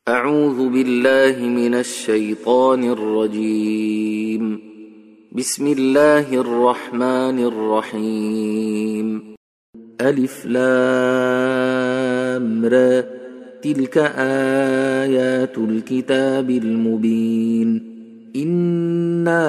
أعوذ بالله من الشيطان الرجيم. بسم الله الرحمن الرحيم. ألف لام را، تلك آيات الكتاب المبين. إنا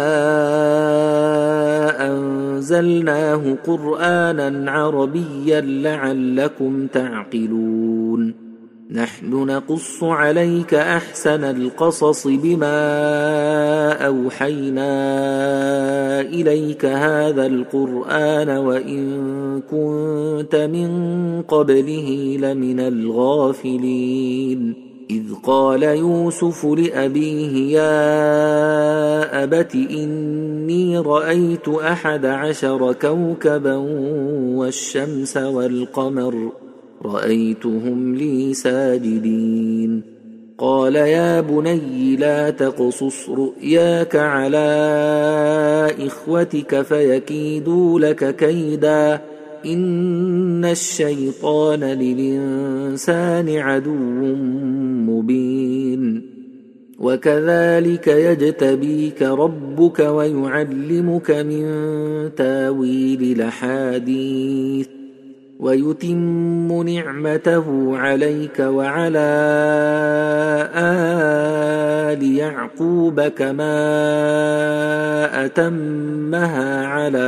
أنزلناه قرآنا عربيا لعلكم تعقلون. نحن نقص عليك أحسن القصص بما أوحينا إليك هذا القرآن وإن كنت من قبله لمن الغافلين. إذ قال يوسف لأبيه يا أبت إني رأيت 11 كوكبا والشمس والقمر رأيتهم لي ساجدين. قال يا بني لا تقصص رؤياك على إخوتك فيكيدوا لك كيدا إن الشيطان للإنسان عدو مبين. وكذلك يجتبيك ربك ويعلمك من تاويل الأحاديث ويتم نعمته عليك وعلى آل يعقوب كما أتمها على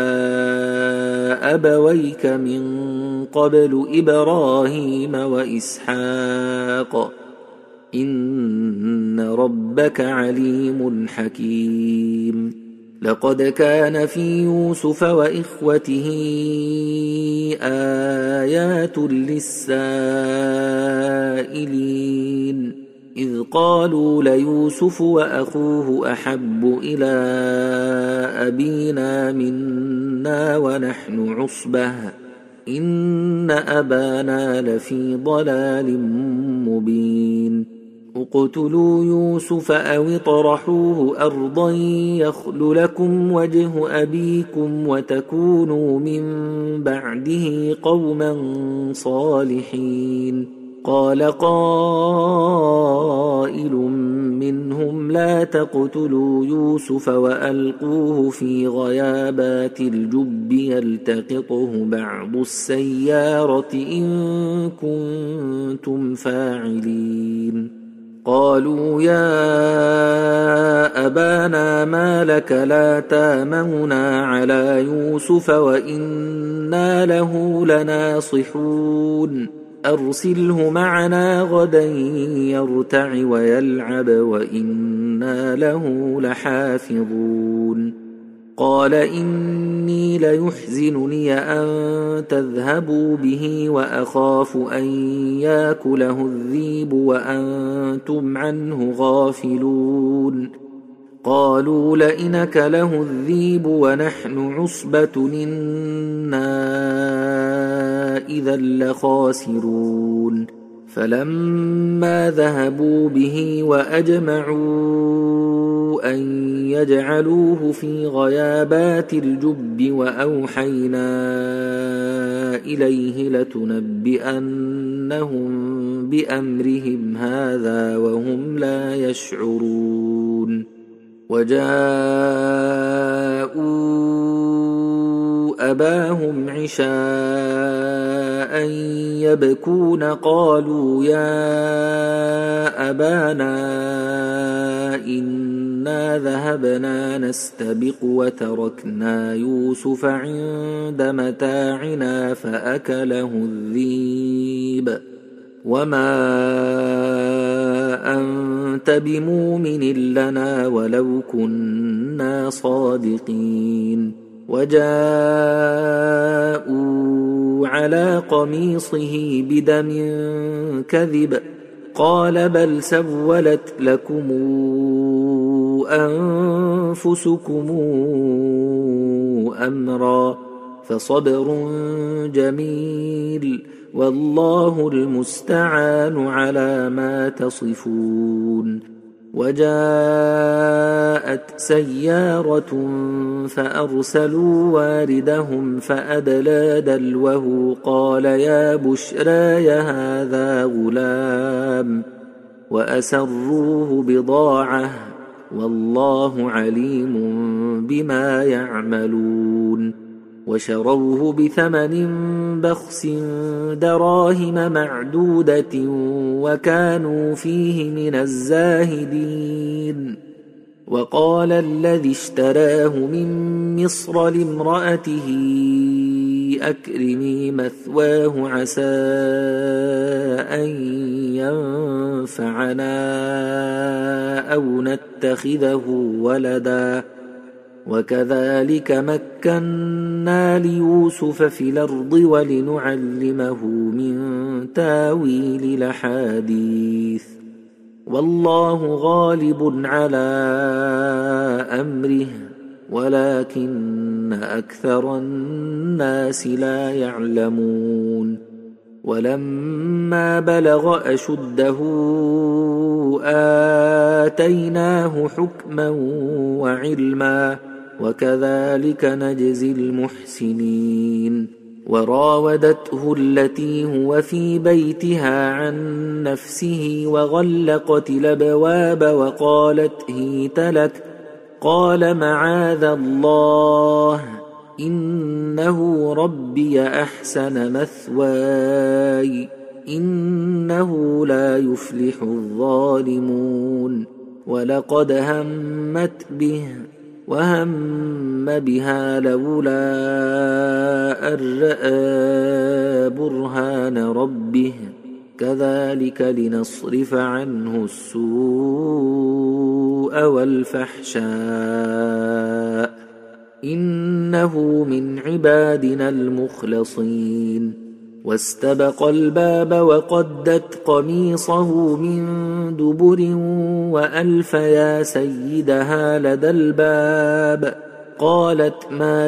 أبويك من قبل إبراهيم وإسحاق إن ربك عليم حكيم. لقد كان في يوسف وإخوته آيات للسائلين إذ قالوا ليوسف وأخوه أحب إلى أبينا منا ونحن عصبة إن أبانا لفي ضلال مبين. اقتلوا يوسف أو اطرحوه أرضا يخل لكم وجه أبيكم وتكونوا من بعده قوما صالحين. قال قائل منهم لا تقتلوا يوسف وألقوه في غيابات الجب يلتقطه بعض السيارة إن كنتم فاعلين. قالوا يا أبانا ما لك لا تامننا على يوسف وإنا له لناصحون أرسله معنا غدا يرتع ويلعب وإنا له لحافظون. قال إني ليحزنني أن تذهبوا به وأخاف أن يأكله الذئب وأنتم عنه غافلون. قالوا لئن أكله الذئب ونحن عصبة إنا إذا لخاسرون. فلما ذهبوا به وأجمعوا أن يجعلوه في غيابات الجب وأوحينا إليه لتنبئنهم بأمرهم هذا وهم لا يشعرون. وجاءوا أباهم عشاء يبكون قالوا يا أبانا إنا ذهبنا نستبق وتركنا يوسف عند متاعنا فأكله الذئب وما أنت بمؤمن لنا ولو كنا صادقين. وجاءوا على قميصه بدم كذب قال بل سولت لكم أنفسكم أمرا فصبر جميل والله المستعان على ما تصفون. وجاءت سيارة فأرسلوا واردهم فأدلى دلوه قال يا بشرى هذا غلام وأسروه بضاعة والله عليم بما يعملون وشروه بثمن بخس دراهم معدودة وكانوا فيه من الزاهدين وقال الذي اشتراه من مصر لامرأته أكرمي مثواه عسى أن ينفعنا أو نتخذه ولدا وكذلك مكنا ليوسف في الأرض ولنعلمه من تاويل الأحاديث والله غالب على أمره ولكن أكثر الناس لا يعلمون ولما بلغ أشده آتيناه حكما وعلما وكذلك نجزي المحسنين وراودته التي هو في بيتها عن نفسه وغلقت الأبواب وقالت هيت لك قال معاذ الله إنه ربي أحسن مثواي إنه لا يفلح الظالمون ولقد همت به وهم بها لولا أن رأى برهان ربه كذلك لنصرف عنه السوء والفحشاء إنه من عبادنا المخلصين واستبق الباب وقدت قميصه من دبر وألف يا سيدها لدى الباب قالت ما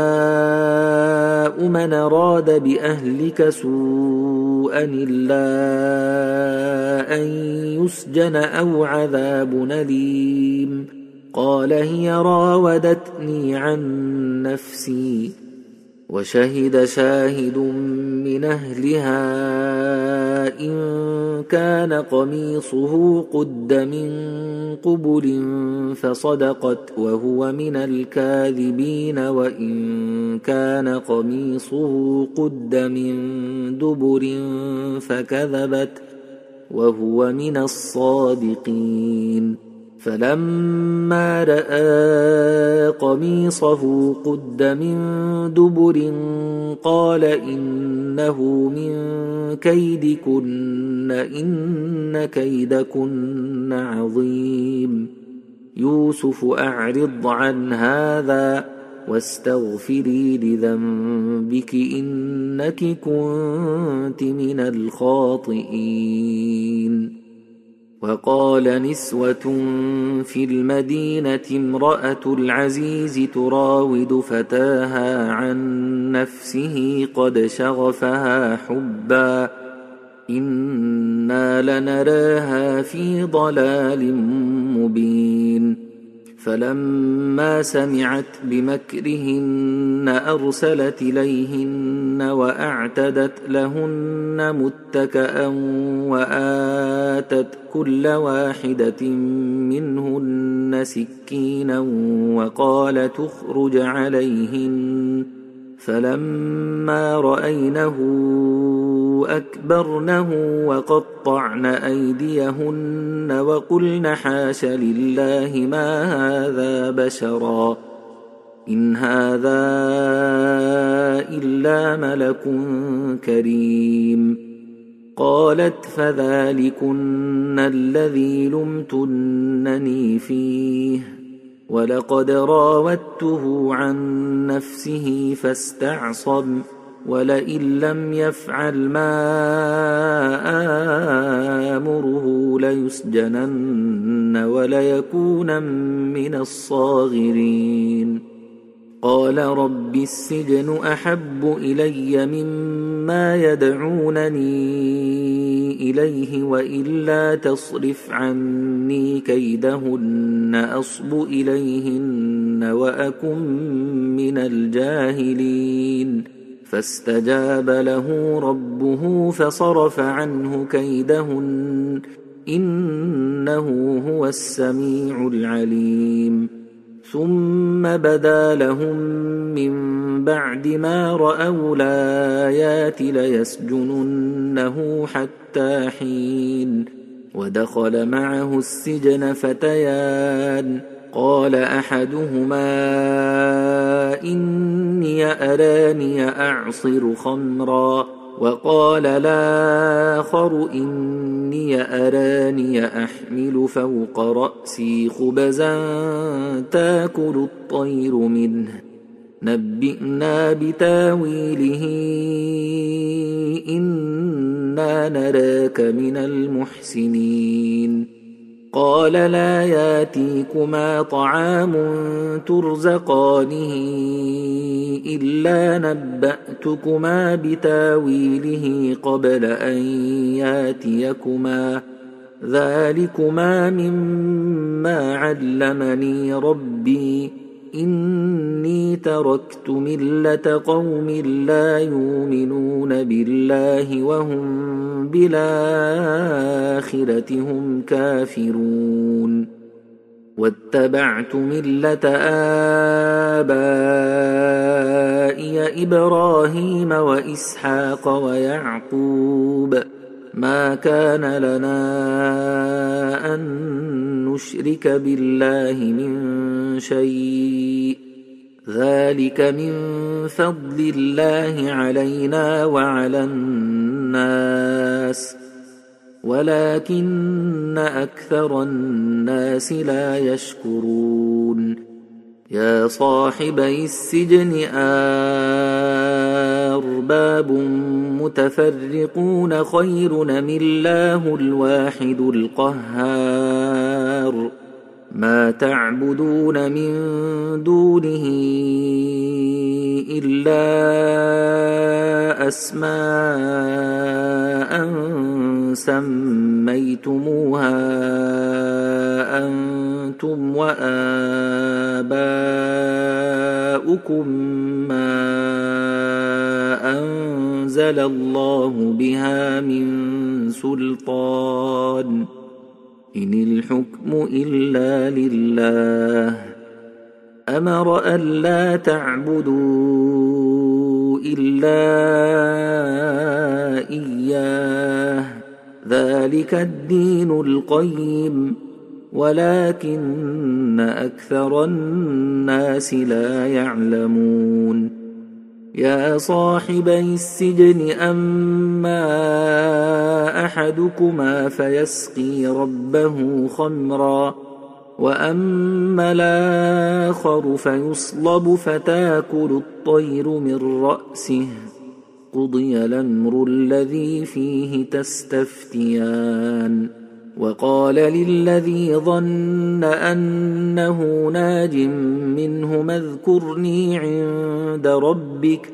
جزاء من أراد بأهلك سوءا إلا أن يسجن أو عذاب أليم قال هي راودتني عن نفسي وشهد شاهد من أهلها إن كان قميصه قد من قبل فصدقت وهو من الكاذبين وإن كان قميصه قد من دبر فكذبت وهو من الصادقين فلما رأى قميصه قد من دبر قال إنه من كيدكن إن كيدكن عظيم يوسف أعرض عن هذا واستغفري لذنبك إنك كنت من الخاطئين وقال نسوة في المدينة امرأة العزيز تراود فتاها عن نفسه قد شغفها حبا إنا لنراها في ضلال مبين فلما سمعت بمكرهن أرسلت إليهن وأعتدت لهن متكأ وآتت كل واحدة منهن سكينا وقال تخرج عليهن فلما رأينه أكبرنه وقطعن أيديهن وقلن حاش لله ما هذا بشرا إن هذا إلا ملك كريم قالت فذلكن الذي لمتنني فيه ولقد راودته عن نفسه فاستعصم ولئن لم يفعل ما آمره ليسجنن وليكون من الصاغرين قال رب السجن أحب إلي مما يدعونني إليه وإلا تصرف عني كيدهن أصب إليهن وأكن من الجاهلين فاستجاب له ربه فصرف عنه كيدهن إنه هو السميع العليم ثم بدا لهم من بعد ما رأوا الآيات ليسجننه حتى حين ودخل معه السجن فتيان قال أحدهما إني أراني أعصر خمرا وقال الآخر إني أراني أحمل فوق رأسي خبزا تأكل الطير منه نبئنا بتاويله إنا نراك من المحسنين قال لا ياتيكما طعام ترزقانه إلا نبأتكما بتاويله قبل أن ياتيكما ذلكما مما علمني ربي إني تركت ملة قوم لا يؤمنون بالله وهم بالآخرة هم كافرون واتبعت ملة آبائي إبراهيم وإسحاق ويعقوب ما كان لنا أن نشرك بالله من شيء ذلك من فضل الله علينا وعلى الناس ولكن أكثر الناس لا يشكرون يا صاحبي السجن أرباب متفرقون خير أم الله الواحد القهار ما تعبدون من دونه إلا أسماء سميتموها أنتم وآباؤكم ما أنزل الله بها من سلطان إن الحكم إلا لله أمر ألا تعبدوا إلا إياه ذلك الدين القيم ولكن أكثر الناس لا يعلمون يا صاحبي السجن أما أحدكما فيسقي ربه خمرا وأما الآخر فيصلب فتأكل الطير من رأسه قضي الأمر الذي فيه تستفتيان وقال للذي ظن أنه ناج منهما اذكرني عند ربك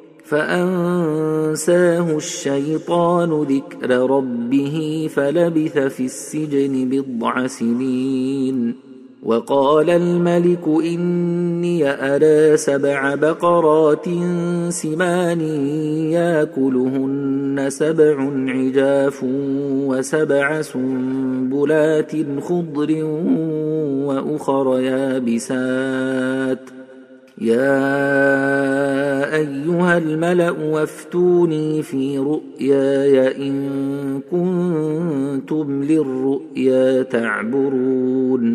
فأنساه الشيطان ذكر ربه فلبث في السجن بضع سنين وقال الملك إني أرى 7 بقرات سمان يأكلهن 7 عجاف و7 سنبلات خضر وأخر يابسات يا أيها الملأ وافتوني في رؤياي إن كنتم للرؤيا تعبرون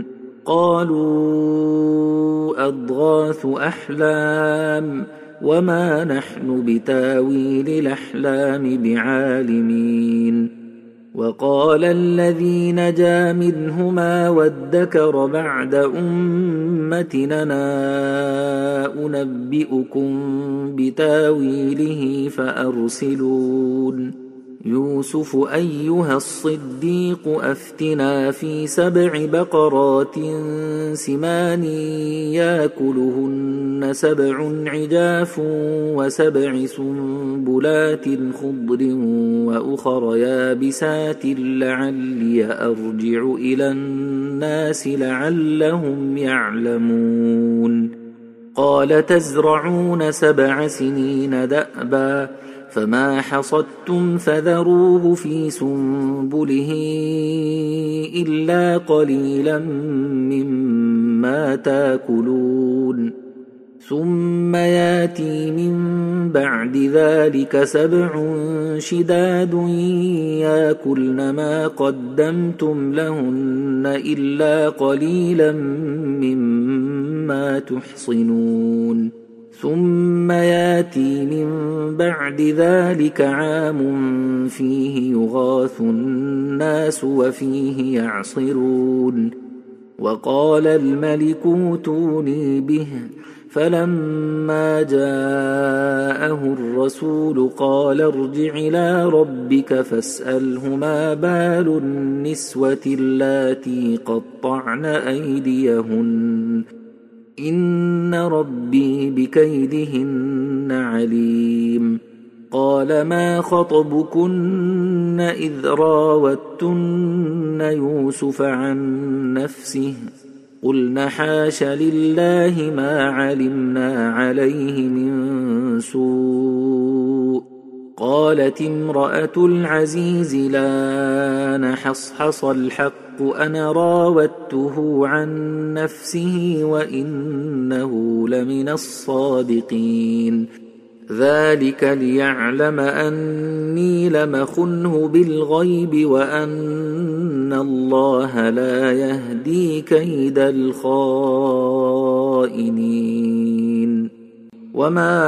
قالوا أضغاث أحلام وما نحن بتاويل الأحلام بعالمين وقال الذي نجا منهما وادكر بعد أمتنا أنبئكم بتاويله فأرسلون يوسف أيها الصديق أفتنا في 7 بقرات سمان يأكلهن 7 عجاف و7 سنبلات خضر وأخر يابسات لعلي أرجع إلى الناس لعلهم يعلمون قال تزرعون 7 سنين دأبا فما حصدتم فذروه في سنبله إلا قليلا مما تاكلون ثم ياتي من بعد ذلك 7 شداد ياكلن ما قدمتم لهن إلا قليلا مما تحصنون ثم ياتي من بعد ذلك عام فيه يغاث الناس وفيه يعصرون وقال الملك ائتوني به فلما جاءه الرسول قال ارجع إلى ربك فاسأله ما بال النسوة اللاتي قطعن أيديهن إن ربي بكيدهن عليم قال ما خطبكن إذ راوتن يوسف عن نفسه قلن حاش لله ما علمنا عليه من سوء قالت امرأة العزيز لا نحصحص الحق أنا راودته عن نفسه وإنه لمن الصادقين ذلك ليعلم أني لم أخنه بالغيب وأن الله لا يهدي كيد الخائنين وما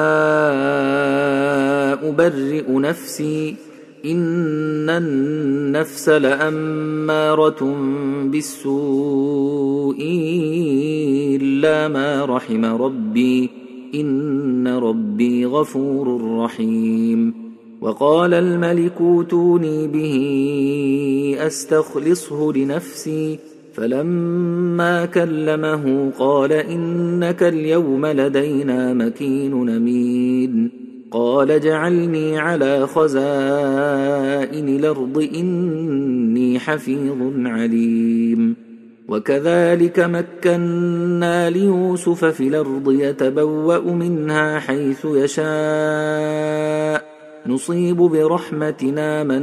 أبرئ نفسي إن النفس لأمارة بالسوء إلا ما رحم ربي إن ربي غفور رحيم وقال الملك ائتوني به أستخلصه لنفسي فلما كلمه قال إنك اليوم لدينا مكين أمين قال اجعلني على خزائن الأرض إني حفيظ عليم وكذلك مكنا ليوسف في الأرض يتبوأ منها حيث يشاء نصيب برحمتنا من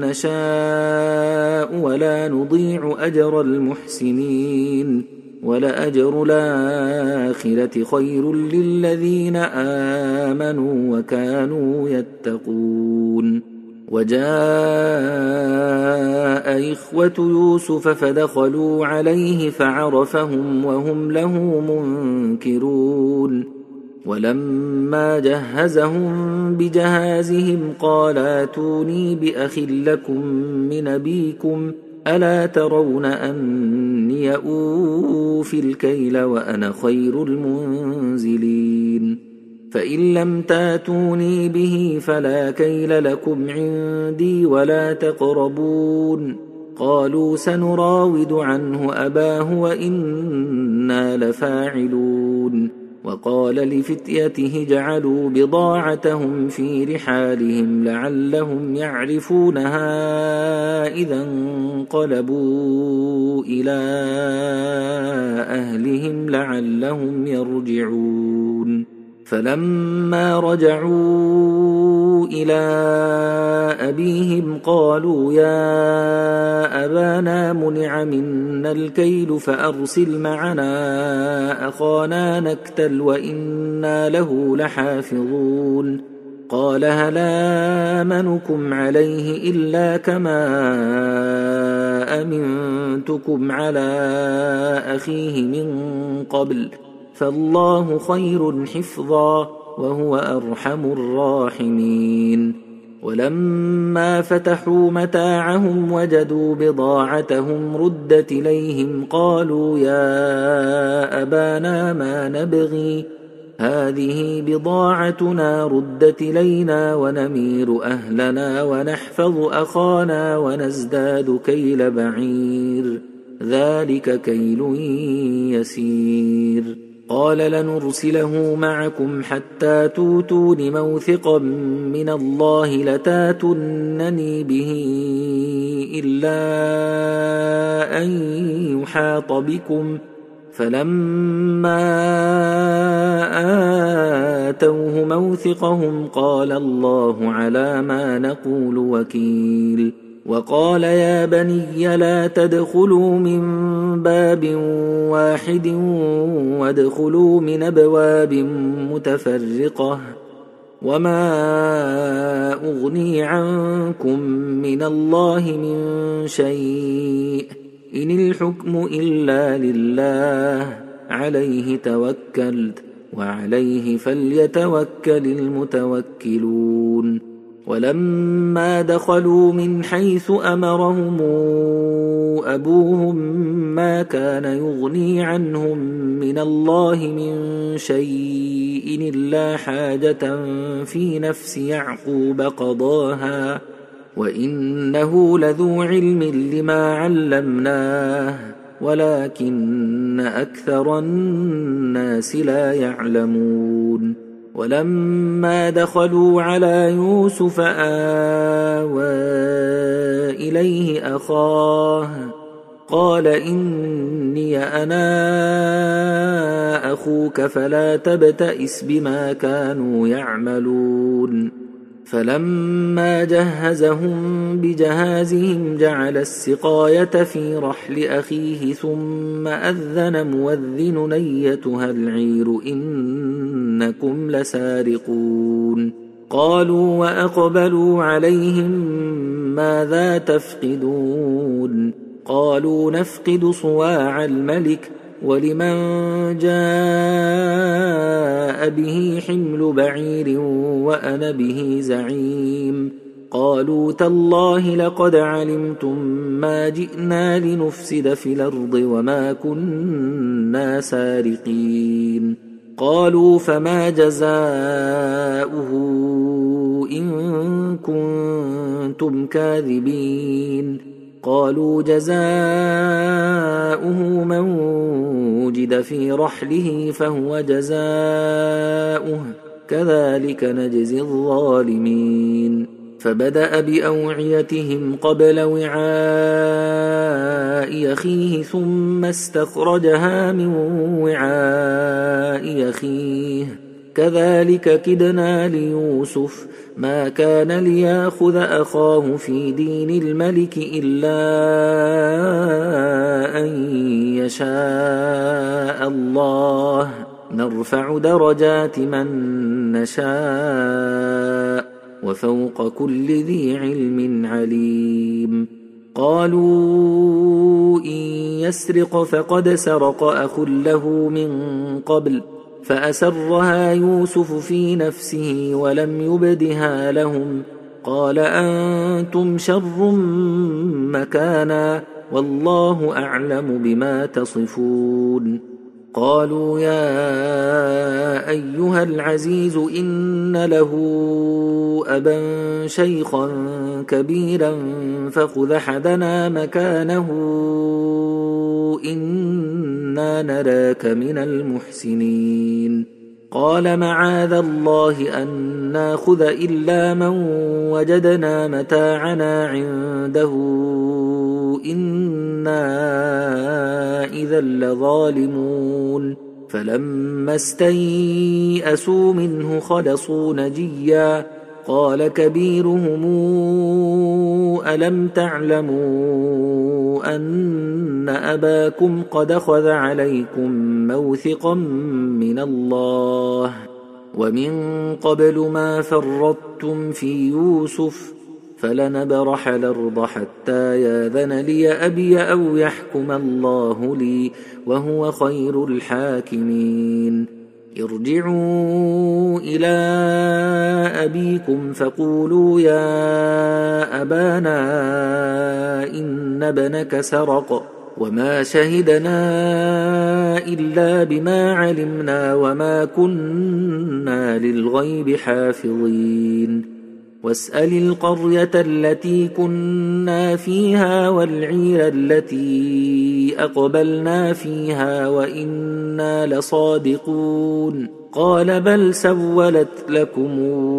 نشاء ولا نضيع أجر المحسنين ولأجر الآخرة خير للذين آمنوا وكانوا يتقون وجاء إخوة يوسف فدخلوا عليه فعرفهم وهم له منكرون ولما جهزهم بجهازهم قال ائتوني بأخ لكم من أبيكم ألا ترون أني أوفي الكيل وأنا خير المنزلين فإن لم تاتوني به فلا كيل لكم عندي ولا تقربون قالوا سنراود عنه أباه وإنا لفاعلون وقال لفتيته اجعلوا بضاعتهم في رحالهم لعلهم يعرفونها إذا انقلبوا إلى أهلهم لعلهم يرجعون فلما رجعوا إلى أبيهم قالوا يا أبانا منع منا الكيل فأرسل معنا أخانا نكتل وإنا له لحافظون قال هل آمنكم عليه إلا كما أمنتكم على أخيه من قبل فالله خير حفظا وهو أرحم الراحمين ولما فتحوا متاعهم وجدوا بضاعتهم ردت إليهم قالوا يا أبانا ما نبغي هذه بضاعتنا ردت إلينا ونمير أهلنا ونحفظ أخانا ونزداد كيل بعير ذلك كيل يسير قال لنرسله معكم حتى توتون موثقا من الله لتاتونني به إلا أن يحاط بكم فلما آتوه موثقهم قال الله على ما نقول وكيل. وقال يا بني لا تدخلوا من باب واحد وادخلوا من أبواب متفرقة وما أغني عنكم من الله من شيء إن الحكم إلا لله عليه توكلت وعليه فليتوكل المتوكلون. ولما دخلوا من حيث أمرهم أبوهم ما كان يغني عنهم من الله من شيء إلا حاجة في نفس يعقوب قضاها وإنه لذو علم لما علمناه ولكن أكثر الناس لا يعلمون. ولما دخلوا على يوسف آوى إليه أخاه قال إني أنا أخوك فلا تبتئس بما كانوا يعملون. فلما جهزهم بجهازهم جعل السقاية في رحل أخيه ثم أذن مؤذن أيتها العير إنكم لسارقون. قالوا وأقبلوا عليهم ماذا تفقدون؟ قالوا نفقد صواع الملك ولمن جاء به حمل بعير وأنا به زعيم. قالوا تالله لقد علمتم ما جئنا لنفسد في الأرض وما كنا سارقين. قالوا فما جزاؤه إن كنتم كاذبين؟ قالوا جزاؤه من وجد في رحله فهو جزاؤه كذلك نجزي الظالمين. فبدأ بأوعيتهم قبل وعاء أخيه ثم استخرجها من وعاء أخيه كذلك كدنا ليوسف ما كان ليأخذ أخاه في دين الملك إلا أن يشاء الله نرفع درجات من نشاء وفوق كل ذي علم عليم. قالوا إن يسرق فقد سرق أخ له من قبل فأسرها يوسف في نفسه ولم يبدها لهم قال أنتم شر مكانا والله أعلم بما تصفون. قالوا يا أيها العزيز إن له أبا شيخا كبيرا فخذ أحدنا مكانه إنا نراك من المحسنين. قال معاذ الله أن ناخذ إلا من وجدنا متاعنا عنده إنا إذا لظالمون. فلما استيئسوا منه خلصوا نجيا قال كبيرهم ألم تعلموا أن أباكم قد أخذ عليكم موثقا من الله ومن قبل ما فرطتم في يوسف فلنبرح الأرض حتى ياذن لي أبي أو يحكم الله لي وهو خير الحاكمين. ارجعوا إلى أبيكم فقولوا يا أبانا إن ابنك سرق وما شهدنا إلا بما علمنا وما كنا للغيب حافظين. واسأل القرية التي كنا فيها والعير التي أقبلنا فيها وإنا لصادقون. قال بل سولت لكم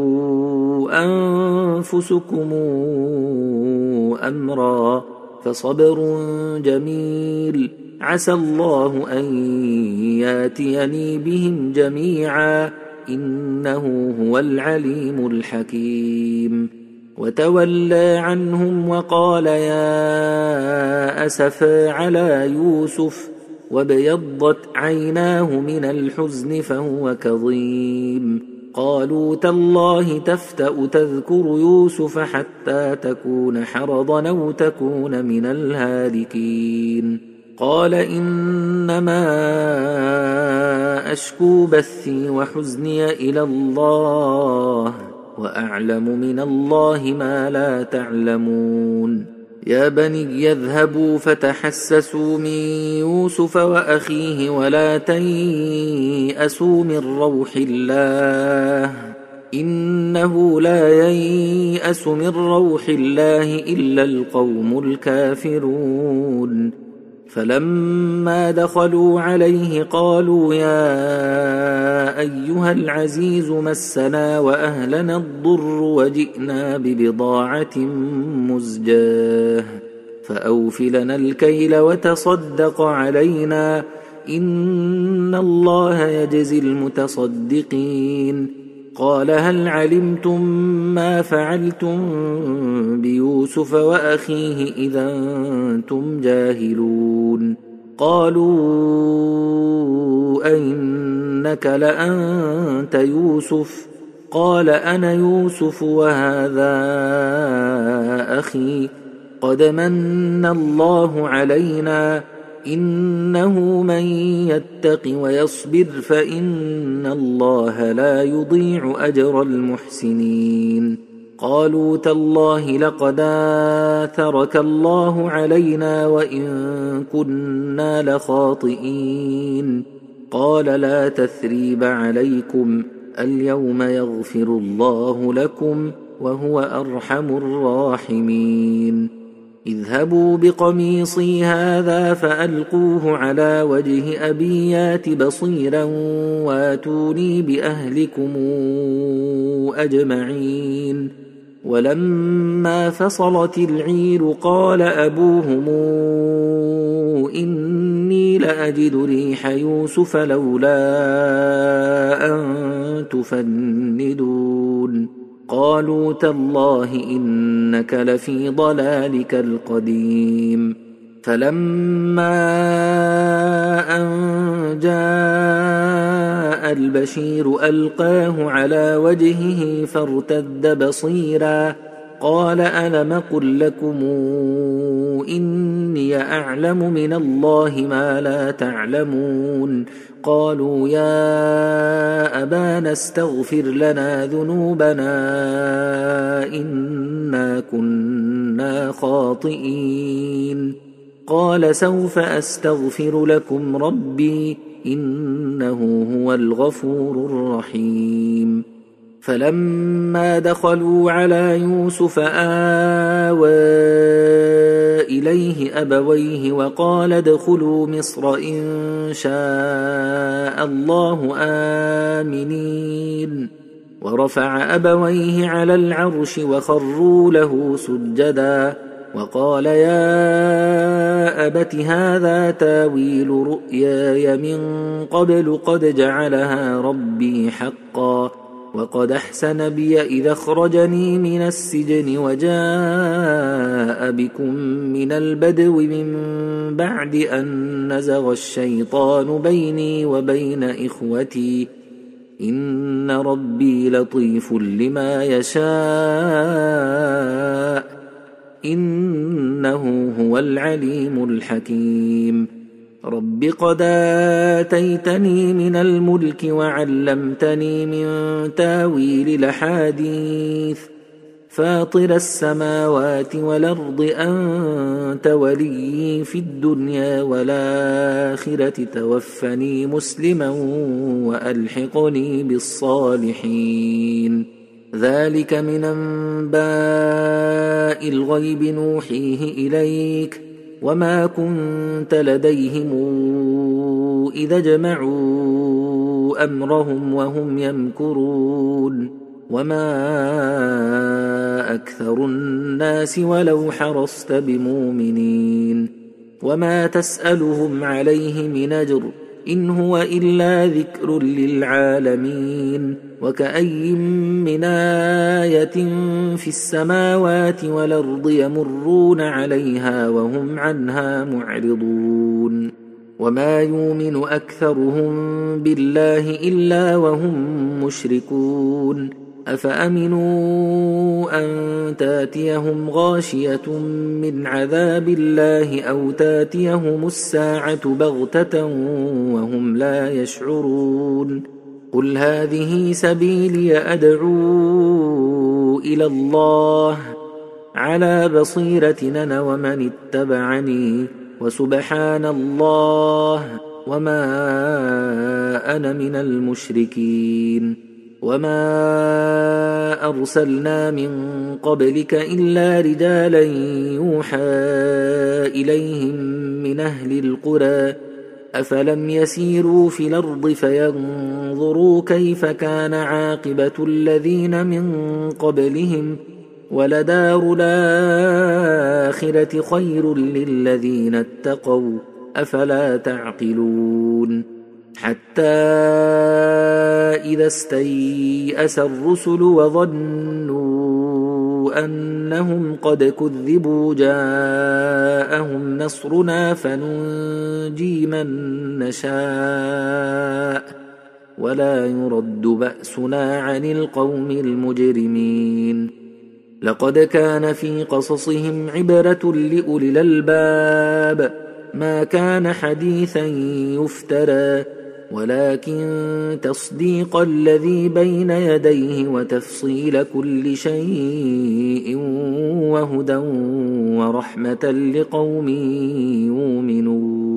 أنفسكم أمرا فصبر جميل عسى الله أن ياتيني بهم جميعا إنه هو العليم الحكيم. وتولى عنهم وقال يا أسفا على يوسف وابيضت عيناه من الحزن فهو كظيم. قالوا تالله تفتأ تذكر يوسف حتى تكون حرضا أو تكون من الهالكين. قال إنما أشكو بثي وحزني إلى الله وأعلم من الله ما لا تعلمون. يا بني يذهبوا فتحسسوا من يوسف وأخيه ولا تيأسوا من روح الله إنه لا ييأس من روح الله إلا القوم الكافرون. فلما دخلوا عليه قالوا يا أيها العزيز مسنا وأهلنا الضر وجئنا ببضاعة مزجاة فأوف لنا الكيل وتصدق علينا إن الله يجزي المتصدقين. قال هل علمتم ما فعلتم بيوسف وأخيه إذا أنتم جاهلون. قالوا أئنك لأنت يوسف قال أنا يوسف وهذا أخي قد من الله علينا إنه من يتق ويصبر فإن الله لا يضيع أجر المحسنين. قالوا تالله لقد آثرك الله علينا وإن كنا لخاطئين. قال لا تثريب عليكم اليوم يغفر الله لكم وهو أرحم الراحمين. اذهبوا بقميصي هذا فألقوه على وجه أبي يات بصيرا واتوني بأهلكم أجمعين. ولما فصلت العير قال أبوهم إني لأجد ريح يوسف لولا أن تفندون. قالوا تالله إنك لفي ضلالك القديم. فلما أن جاء البشير ألقاه على وجهه فارتد بصيرا قال ألم قل لكم إني أعلم من الله ما لا تعلمون. قالوا يا أبانا استغفر لنا ذنوبنا إنا كنا خاطئين. قال سوف أستغفر لكم ربي إنه هو الغفور الرحيم. فلما دخلوا على يوسف آوى إليه أبويه وقال ادخلوا مصر إن شاء الله آمنين. ورفع أبويه على العرش وخروا له سجدا وقال يا أبت هذا تاويل رؤياي من قبل قد جعلها ربي حقا وقد أحسن بي إذا أخرجني من السجن وجاء بكم من البدو من بعد أن نزغ الشيطان بيني وبين إخوتي إن ربي لطيف لما يشاء إنه هو العليم الحكيم. رب قد آتيتني من الملك وعلمتني من تاويل الأحاديث فاطر السماوات والأرض أنت ولي في الدنيا والآخرة توفني مسلما وألحقني بالصالحين. ذلك من أنباء الغيب نوحيه إليك وما كنت لديهم إذا جمعوا أمرهم وهم يمكرون وما أكثر الناس ولو حرصت بمؤمنين. وما تسألهم عليه من أجر إن هو إلا ذكر للعالمين وكأي من آية في السماوات والأرض يمرون عليها وهم عنها معرضون وما يؤمن أكثرهم بالله إلا وهم مشركون أفأمنوا أن تاتيهم غاشية من عذاب الله أو تاتيهم الساعة بغتة وهم لا يشعرون قل هذه سبيلي أدعو إلى الله على بصيرة أنا ومن اتبعني وسبحان الله وما أنا من المشركين وما أرسلنا من قبلك إلا رجالا يوحى إليهم من أهل القرى أفلم يسيروا في الأرض فينظروا كيف كان عاقبة الذين من قبلهم ولدار الآخرة خير للذين اتقوا أفلا تعقلون حتى إذا استيأس الرسل وظنوا أنهم قد كذبوا جاءهم نصرنا فننجي من نشاء ولا يرد بأسنا عن القوم المجرمين لقد كان في قصصهم عبرة لأولي الألباب ما كان حديثا يفترى ولكن تصديق الذي بين يديه وتفصيل كل شيء وهدى ورحمة لقوم يؤمنون